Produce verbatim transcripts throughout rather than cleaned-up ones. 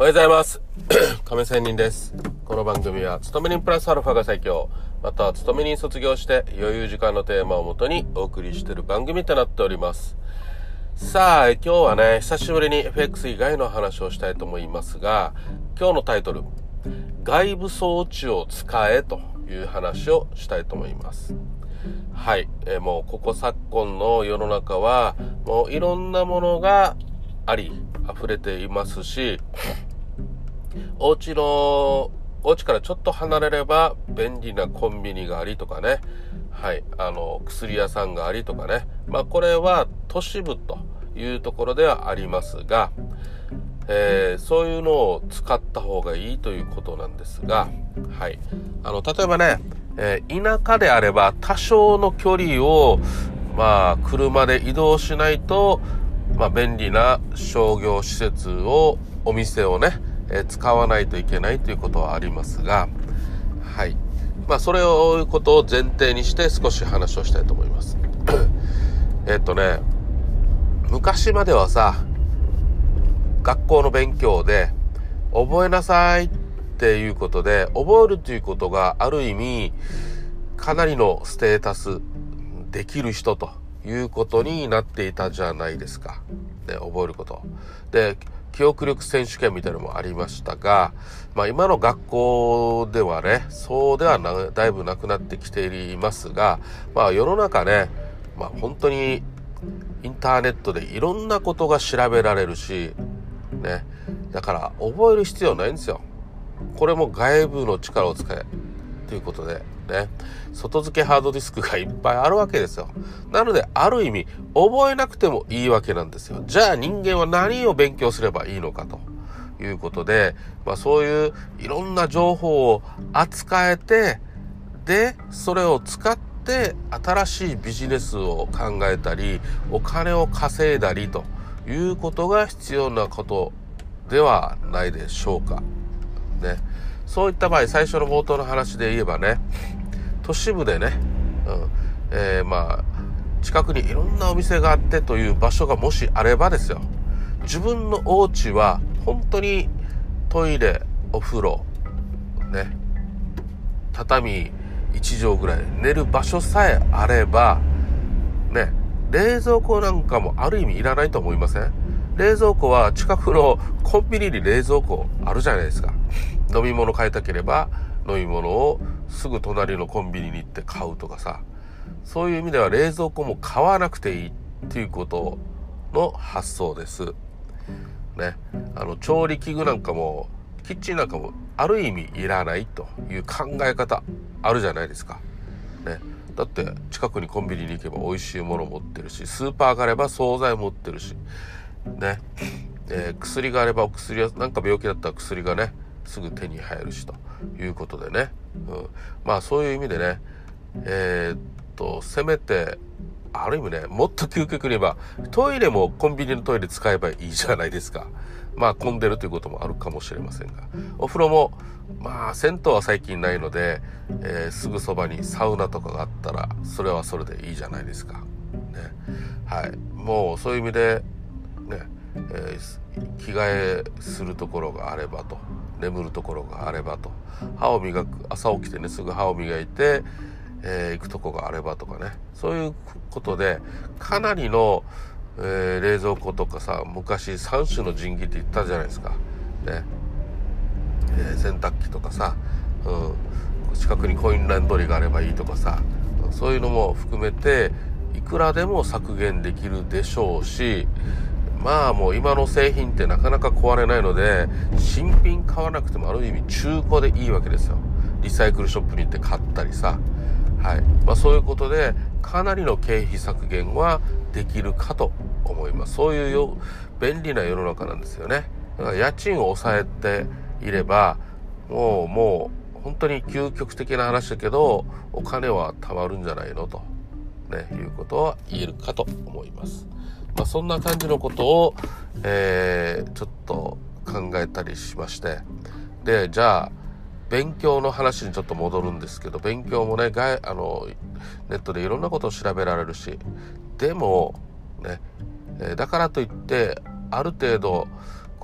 おはようございます。亀仙人です。この番組は勤め人プラスアルファが最強、または勤め人卒業して余裕時間のテーマをもとにお送りしている番組となっております。さあ今日はね、久しぶりに エフエックス 以外の話をしたいと思いますが、今日のタイトル、外部装置を使えという話をしたいと思います。はい、えー、もうここ昨今の世の中はもういろんなものがあり溢れていますし、お家のお家からちょっと離れれば便利なコンビニがありとかね、はい、あの薬屋さんがありとかね、まあこれは都市部というところではありますが、えー、そういうのを使った方がいいということなんですが、はい、あの例えばね、えー、田舎であれば多少の距離をまあ車で移動しないと、まあ、便利な商業施設をお店をね、えー、使わないといけないということはありますが、はい、まあそれをいうことを前提にして少し話をしたいと思います。えっとね昔まではさ、学校の勉強で覚えなさいっていうことで、覚えるということがある意味かなりのステータス、できる人ということになっていたじゃないですか。で、覚えることで記憶力選手権みたいなのもありましたが、まあ今の学校ではね、そうではなだいぶなくなってきていますが、まあ世の中ね、まあ本当にインターネットでいろんなことが調べられるしね、だから覚える必要ないんですよ。これも外部の力を使えということでね、外付けハードディスクがいっぱいあるわけですよ。なのである意味覚えなくてもいいわけなんですよ。じゃあ人間は何を勉強すればいいのかということで、まあそういういろんな情報を扱えて、でそれを使って新しいビジネスを考えたりお金を稼いだりということが必要なことではないでしょうかね。そういった場合、最初の冒頭の話で言えばね、都市部でね、うんえー、まあ近くにいろんなお店があってという場所がもしあればですよ、自分のお家は本当にトイレ、お風呂ね、畳いち畳ぐらい寝る場所さえあればね、冷蔵庫なんかもある意味いらないと思いません？冷蔵庫は近くのコンビニに冷蔵庫あるじゃないですか。飲み物買いたければ飲み物をすぐ隣のコンビニに行って買うとかさ、そういう意味では冷蔵庫も買わなくていいっていうことの発想ですね。あの調理器具なんかもキッチンなんかもある意味いらないという考え方あるじゃないですかね。だって近くにコンビニに行けば美味しいもの持ってるし、スーパーがあれば惣菜持ってるしね、えー、薬があればお薬はなんか病気だったら薬がねすぐ手に入るしということでね、うん、まあそういう意味でね、えー、っとせめてある意味ね、もっと究極に言えばトイレもコンビニのトイレ使えばいいじゃないですか。まあ混んでるということもあるかもしれませんが、お風呂もまあ銭湯は最近ないので、えー、すぐそばにサウナとかがあったらそれはそれでいいじゃないですかね。はい、もうそういう意味でね、えー、着替えするところがあればと、眠るところがあればと、歯を磨く、朝起きてねすぐ歯を磨いて、えー、行くとこがあればとかね、そういうことでかなりの、えー、冷蔵庫とかさ、昔さん種の神器って言ったじゃないですかね、えー、洗濯機とかさ、うん、近くにコインランドリーがあればいいとかさ、そういうのも含めていくらでも削減できるでしょうし、まあもう今の製品ってなかなか壊れないので、新品買わなくてもある意味中古でいいわけですよ。リサイクルショップに行って買ったりさ、はい、まあそういうことでかなりの経費削減はできるかと思います。そういうよ便利な世の中なんですよね。だから家賃を抑えていればもうもう本当に究極的な話だけどお金は貯まるんじゃないのと、ね、いうことは言えるかと思います。まあ、そんな感じのことを、えー、ちょっと考えたりしまして、でじゃあ勉強の話にちょっと戻るんですけど、勉強もねがあのネットでいろんなことを調べられるし、でもね、えー、だからといってある程度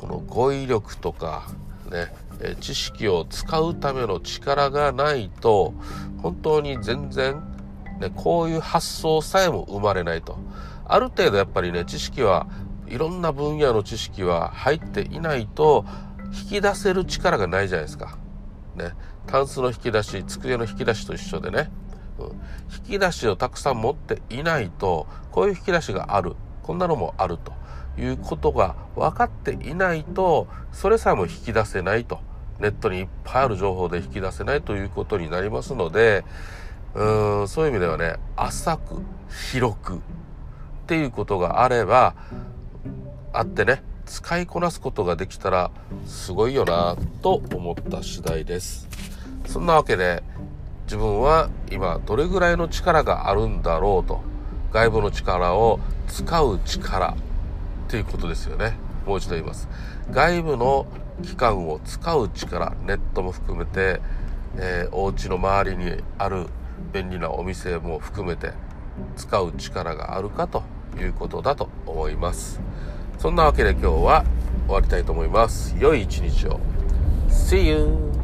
この語彙力とかね、知識を使うための力がないと本当に全然、ね、こういう発想さえも生まれないと。ある程度やっぱりね、知識はいろんな分野の知識は入っていないと引き出せる力がないじゃないですか。ね、タンスの引き出し、机の引き出しと一緒でね、うん、引き出しをたくさん持っていないと、こういう引き出しがある、こんなのもあるということが分かっていないと、それさえも引き出せないと、ネットにいっぱいある情報で引き出せないということになりますので、うーん、そういう意味ではね、浅く広くっていうことがあればあってね、使いこなすことができたらすごいよなと思った次第です。そんなわけで、自分は今どれぐらいの力があるんだろうと、外部の力を使う力っていうことですよね。もう一度言います。外部の機関を使う力、ネットも含めて、えー、お家の周りにある便利なお店も含めて使う力があるかということだと思います。そんなわけで今日は終わりたいと思います。良い一日を。See you!